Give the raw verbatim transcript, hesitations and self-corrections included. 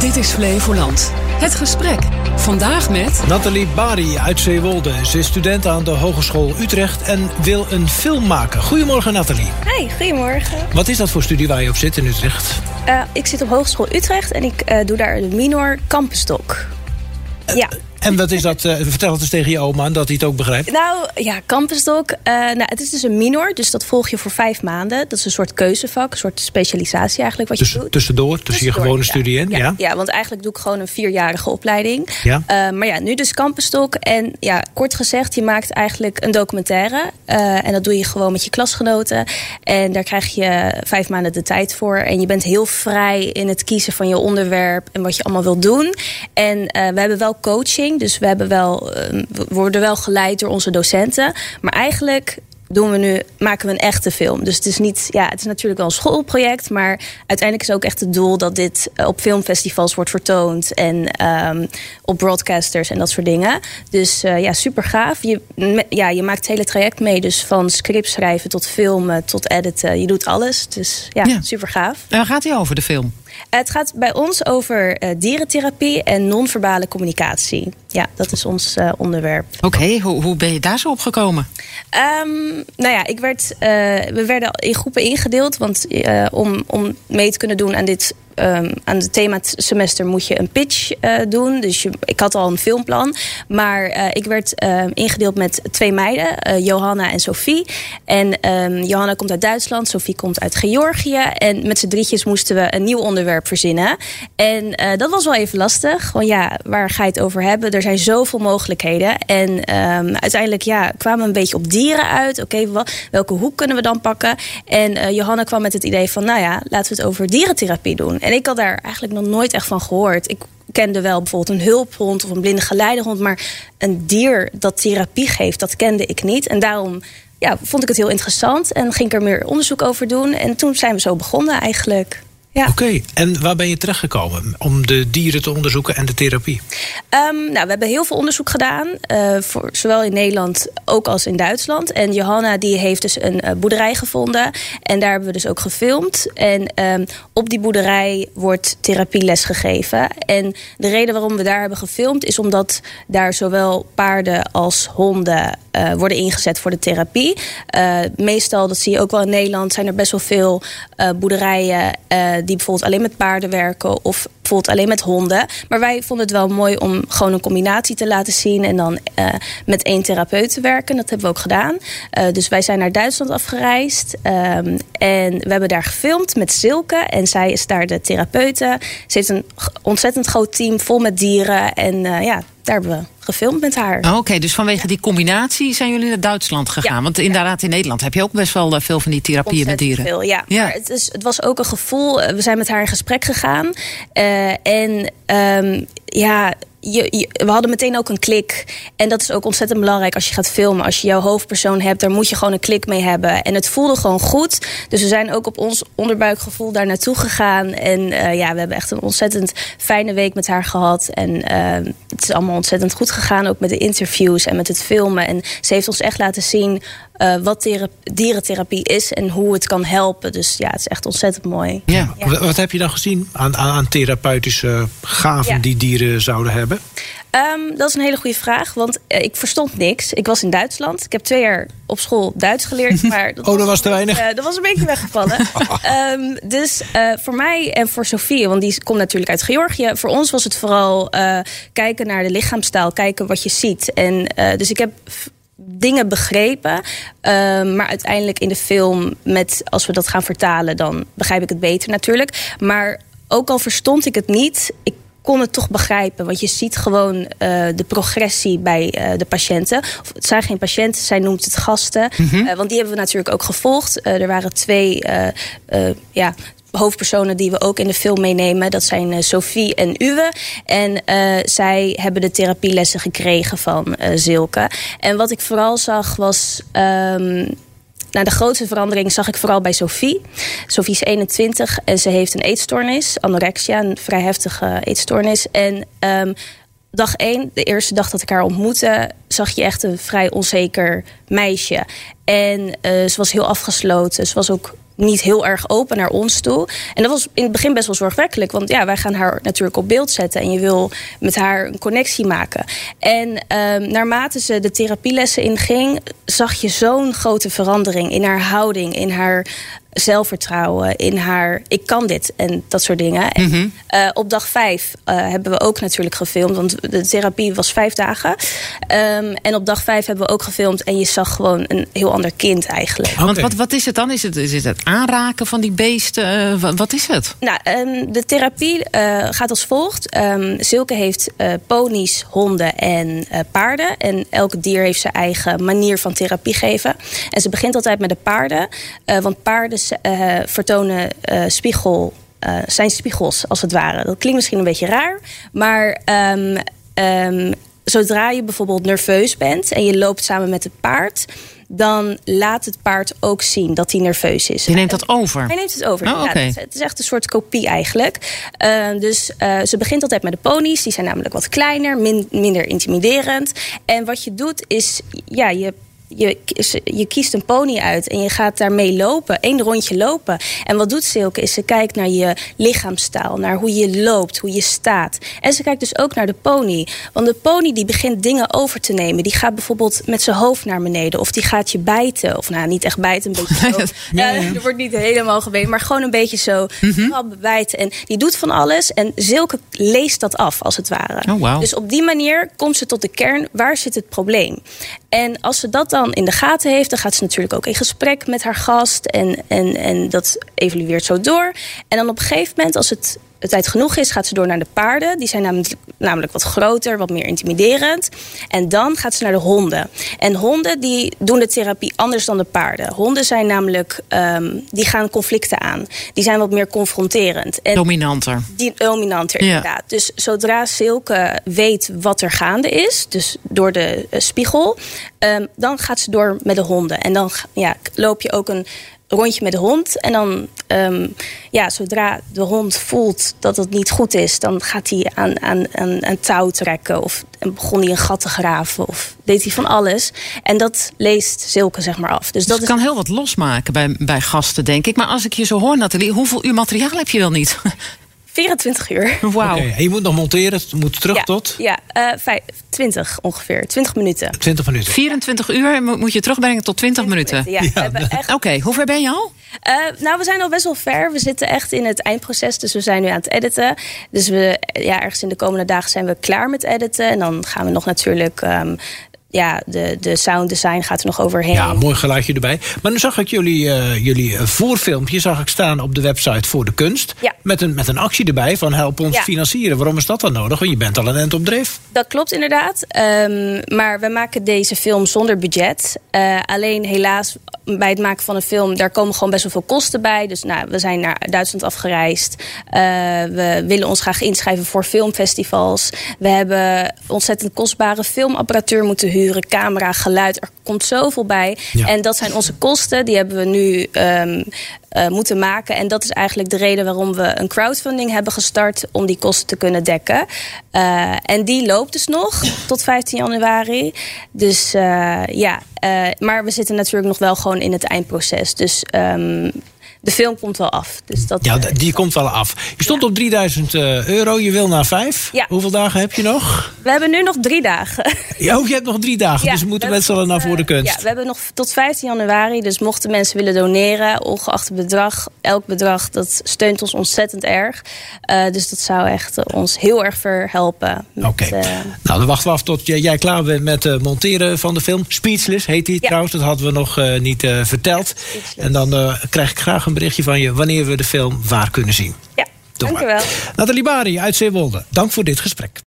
Dit is Flevoland. Het gesprek. Vandaag met Nathalie Bari uit Zeewolde. Ze is student aan de Hogeschool Utrecht en wil een film maken. Goedemorgen, Nathalie. Hi, goedemorgen. Wat is dat voor studie waar je op zit in Utrecht? Uh, ik zit op Hogeschool Utrecht en ik uh, doe daar de minor Campus Doc. Uh, ja. En wat is dat? Uh, vertel het eens tegen je oma, dat hij het ook begrijpt. Nou, ja, Campus Doc. Uh, nou, het is dus een minor, dus dat volg je voor vijf maanden. Dat is een soort keuzevak, een soort specialisatie eigenlijk wat je dus, doet. Tussendoor, tussen je gewone ja. studie in? Ja, ja. ja, want eigenlijk doe ik gewoon een vierjarige opleiding. Ja. Uh, maar ja, nu dus Campus Doc. En ja, kort gezegd, je maakt eigenlijk een documentaire. Uh, en dat doe je gewoon met je klasgenoten. En daar krijg je vijf maanden de tijd voor. En je bent heel vrij in het kiezen van je onderwerp en wat je allemaal wilt doen. En uh, we hebben wel coaching, dus we hebben wel we worden wel geleid door onze docenten. Maar eigenlijk doen we nu, maken we een echte film. Dus het is niet, ja, het is natuurlijk wel een schoolproject, maar uiteindelijk is ook echt het doel dat dit op filmfestivals wordt vertoond en um, op broadcasters en dat soort dingen. Dus uh, ja, super gaaf. Je, ja, je maakt het hele traject mee, dus van script schrijven tot filmen tot editen. Je doet alles. Dus ja, ja. super gaaf. En waar gaat hij over, de film? Het gaat bij ons over uh, dierentherapie en non-verbale communicatie. Ja, dat is ons uh, onderwerp. Oké, okay, hoe, hoe ben je daar zo op gekomen? Um, nou ja, ik werd, uh, we werden in groepen ingedeeld. Want uh, om, om mee te kunnen doen aan dit Um, aan het thema semester moet je een pitch uh, doen. Dus je, ik had al een filmplan. Maar uh, ik werd uh, ingedeeld met twee meiden. Uh, Johanna en Sophie. En um, Johanna komt uit Duitsland. Sophie komt uit Georgië. En met z'n drietjes moesten we een nieuw onderwerp verzinnen. En uh, dat was wel even lastig. Want ja, waar ga je het over hebben? Er zijn zoveel mogelijkheden. En um, uiteindelijk ja, kwamen we een beetje op dieren uit. Oké, okay, welke hoek kunnen we dan pakken? En uh, Johanna kwam met het idee van, nou ja, laten we het over dierentherapie doen. En ik had daar eigenlijk nog nooit echt van gehoord. Ik kende wel bijvoorbeeld een hulphond of een blinde geleidehond, maar een dier dat therapie geeft, dat kende ik niet. En daarom ja, vond ik het heel interessant en ging ik er meer onderzoek over doen. En toen zijn we zo begonnen eigenlijk. Ja. Oké, okay. En waar ben je terechtgekomen om de dieren te onderzoeken en de therapie? Um, nou, we hebben heel veel onderzoek gedaan, uh, voor, zowel in Nederland ook als in Duitsland. En Johanna die heeft dus een uh, boerderij gevonden en daar hebben we dus ook gefilmd. En um, op die boerderij wordt therapieles gegeven. En de reden waarom we daar hebben gefilmd is omdat daar zowel paarden als honden uh, worden ingezet voor de therapie. Uh, meestal, dat zie je ook wel in Nederland, zijn er best wel veel uh, boerderijen uh, die bijvoorbeeld alleen met paarden werken of bijvoorbeeld alleen met honden. Maar wij vonden het wel mooi om gewoon een combinatie te laten zien en dan uh, met één therapeut te werken. Dat hebben we ook gedaan. Uh, dus wij zijn naar Duitsland afgereisd um, en we hebben daar gefilmd met Silke en zij is daar de therapeute. Ze heeft een ontzettend groot team vol met dieren en uh, ja, daar hebben we gefilmd met haar. Oké, okay, dus vanwege ja. die combinatie zijn jullie naar Duitsland gegaan. Ja, Want inderdaad, ja. in Nederland heb je ook best wel veel van die therapieën met dieren. Veel, ja. ja. Maar het, is, het was ook een gevoel. We zijn met haar in gesprek gegaan. Uh, en um, ja... Je, je, we hadden meteen ook een klik. En dat is ook ontzettend belangrijk als je gaat filmen. Als je jouw hoofdpersoon hebt, daar moet je gewoon een klik mee hebben. En het voelde gewoon goed. Dus we zijn ook op ons onderbuikgevoel daar naartoe gegaan. En uh, ja, we hebben echt een ontzettend fijne week met haar gehad. En uh, het is allemaal ontzettend goed gegaan. Ook met de interviews en met het filmen. En ze heeft ons echt laten zien Uh, wat thera- dierentherapie is en hoe het kan helpen. Dus ja, het is echt ontzettend mooi. Ja. Ja. Wat heb je dan gezien aan, aan, aan therapeutische gaven ja. die dieren zouden hebben? Um, dat is een hele goede vraag, want uh, ik verstond niks. Ik was in Duitsland. Ik heb twee jaar op school Duits geleerd. Maar dat oh, dat was, was te weinig? Uh, dat was een beetje weggevallen. um, dus uh, voor mij en voor Sophie, want die komt natuurlijk uit Georgië. Voor ons was het vooral uh, kijken naar de lichaamstaal. Kijken wat je ziet. En uh, dus ik heb dingen begrepen. Uh, maar uiteindelijk in de film, met, als we dat gaan vertalen, dan begrijp ik het beter natuurlijk. Maar ook al verstond ik het niet, ik kon het toch begrijpen. Want je ziet gewoon uh, de progressie bij uh, de patiënten. Of, het zijn geen patiënten, zij noemt het gasten. Mm-hmm. Uh, want die hebben we natuurlijk ook gevolgd. Uh, er waren twee uh, uh, ja, hoofdpersonen die we ook in de film meenemen. Dat zijn uh, Sophie en Uwe. En uh, zij hebben de therapielessen gekregen van uh, Silke. En wat ik vooral zag was Um, Nou, de grootste verandering zag ik vooral bij Sophie. Sophie is eenentwintig en ze heeft een eetstoornis. Anorexia, een vrij heftige eetstoornis. En um, dag één, de eerste dag dat ik haar ontmoette, zag je echt een vrij onzeker meisje. En uh, ze was heel afgesloten. Ze was ook niet heel erg open naar ons toe. En dat was in het begin best wel zorgwekkelijk. Want ja, wij gaan haar natuurlijk op beeld zetten. En je wil met haar een connectie maken. En um, naarmate ze de therapielessen inging, zag je zo'n grote verandering in haar houding, in haar zelfvertrouwen, in haar ik kan dit en dat soort dingen. En mm-hmm. uh, op dag vijf uh, hebben we ook natuurlijk gefilmd, want de therapie was vijf dagen. Um, en op dag vijf hebben we ook gefilmd en je zag gewoon een heel ander kind eigenlijk. Okay. Want wat, wat is het dan? Is het, is het het aanraken van die beesten? Uh, wat, wat is het? Nou, um, de therapie uh, gaat als volgt. Um, Silke heeft uh, ponies, honden en uh, paarden. En elk dier heeft zijn eigen manier van therapie geven. En ze begint altijd met de paarden. Uh, want paarden Uh, vertonen uh, spiegel, uh, zijn spiegels, als het ware. Dat klinkt misschien een beetje raar, maar um, um, zodra je bijvoorbeeld nerveus bent en je loopt samen met het paard, dan laat het paard ook zien dat hij nerveus is. Je neemt dat over? Hij neemt het over. Oh, ja, okay. het, het is echt een soort kopie eigenlijk. Uh, dus uh, ze begint altijd met de ponies. Die zijn namelijk wat kleiner, min, minder intimiderend. En wat je doet is, ja, je Je, je kiest een pony uit en je gaat daarmee lopen. Eén rondje lopen. En wat doet Silke is ze kijkt naar je lichaamstaal. Naar hoe je loopt, hoe je staat. En ze kijkt dus ook naar de pony. Want de pony die begint dingen over te nemen. Die gaat bijvoorbeeld met zijn hoofd naar beneden. Of die gaat je bijten. Of nou, niet echt bijten. Een beetje zo. Ja, ja, er wordt niet helemaal gebeten. Maar gewoon een beetje zo. Mm-hmm. Bijten. En die doet van alles. En Silke leest dat af, als het ware. Oh, wow. Dus op die manier komt ze tot de kern. Waar zit het probleem? En als ze dat dan in de gaten heeft, dan gaat ze natuurlijk ook in gesprek met haar gast. En, en, en dat evolueert zo door. En dan op een gegeven moment, als het de tijd genoeg is, gaat ze door naar de paarden. Die zijn namelijk, namelijk wat groter, wat meer intimiderend. En dan gaat ze naar de honden. En honden die doen de therapie anders dan de paarden. Honden zijn namelijk, um, die gaan conflicten aan. Die zijn wat meer confronterend. En dominanter. Die, dominanter, ja. Inderdaad. Dus zodra Silke weet wat er gaande is, dus door de uh, spiegel, um, dan gaat ze door met de honden. En dan ja, loop je ook een rondje met de hond. En dan, um, ja, zodra de hond voelt dat het niet goed is, dan gaat hij aan, aan, aan, aan touw trekken. Of en begon hij een gat te graven. Of deed hij van alles. En dat leest Silke, zeg maar, af. Dus, dus dat het is... kan heel wat losmaken bij, bij gasten, denk ik. Maar als ik je zo hoor, Nathalie, hoeveel uur materiaal heb je wel niet? vierentwintig uur. Wauw. Okay, en je moet nog monteren, het moet terug ja, tot? Ja, uh, vijf, twintig ongeveer. twintig minuten. twintig minuten. vierentwintig uur moet je terugbrengen tot twintig minuten. minuten. Ja, ja. Echt... Oké, okay, hoe ver ben je al? Uh, nou, we zijn al best wel ver. We zitten echt in het eindproces, dus we zijn nu aan het editen. Dus we, ja, ergens in de komende dagen zijn we klaar met editen. En dan gaan we nog natuurlijk... Um, Ja, de, de sound design gaat er nog overheen. Ja, mooi geluidje erbij. Maar nu zag ik jullie, uh, jullie voorfilmpje zag ik staan op de website Voor de Kunst. Ja. Met, een, met een actie erbij van help ons ja. financieren. Waarom is dat dan nodig? Want je bent al een eind op dreef. Dat klopt inderdaad. Um, maar we maken deze film zonder budget. Uh, alleen helaas bij het maken van een film, daar komen gewoon best wel veel kosten bij. Dus nou, we zijn naar Duitsland afgereisd. Uh, we willen ons graag inschrijven voor filmfestivals. We hebben ontzettend kostbare filmapparatuur moeten huren. Camera, geluid, er komt zoveel bij. Ja. En dat zijn onze kosten, die hebben we nu um, uh, moeten maken. En dat is eigenlijk de reden waarom we een crowdfunding hebben gestart om die kosten te kunnen dekken. Uh, en die loopt dus nog tot vijftien januari. Dus uh, ja, uh, maar we zitten natuurlijk nog wel gewoon in het eindproces. Dus um, de film komt wel af. Dus dat, ja, die uh, komt wel af. Je stond ja. op drieduizend euro, je wil naar vijf. Ja. Hoeveel dagen heb je nog? We hebben nu nog drie dagen. Ja, oh, je hebt nog drie dagen, ja, dus we moeten met z'n allen naar Voor de Kunst. Ja, we hebben nog tot vijftien januari. Dus mochten mensen willen doneren, ongeacht het bedrag, elk bedrag, dat steunt ons ontzettend erg. Uh, dus dat zou echt uh, ons heel erg verhelpen. Oké. Okay. Uh, nou, dan wachten we af tot jij, jij klaar bent met het uh, monteren van de film. Speechless heet die ja. trouwens, dat hadden we nog uh, niet uh, verteld. Ja, en dan uh, krijg ik graag een berichtje van je wanneer we de film waar kunnen zien. Ja, dank u wel. Nathalie Bari uit Zeewolde, dank voor dit gesprek.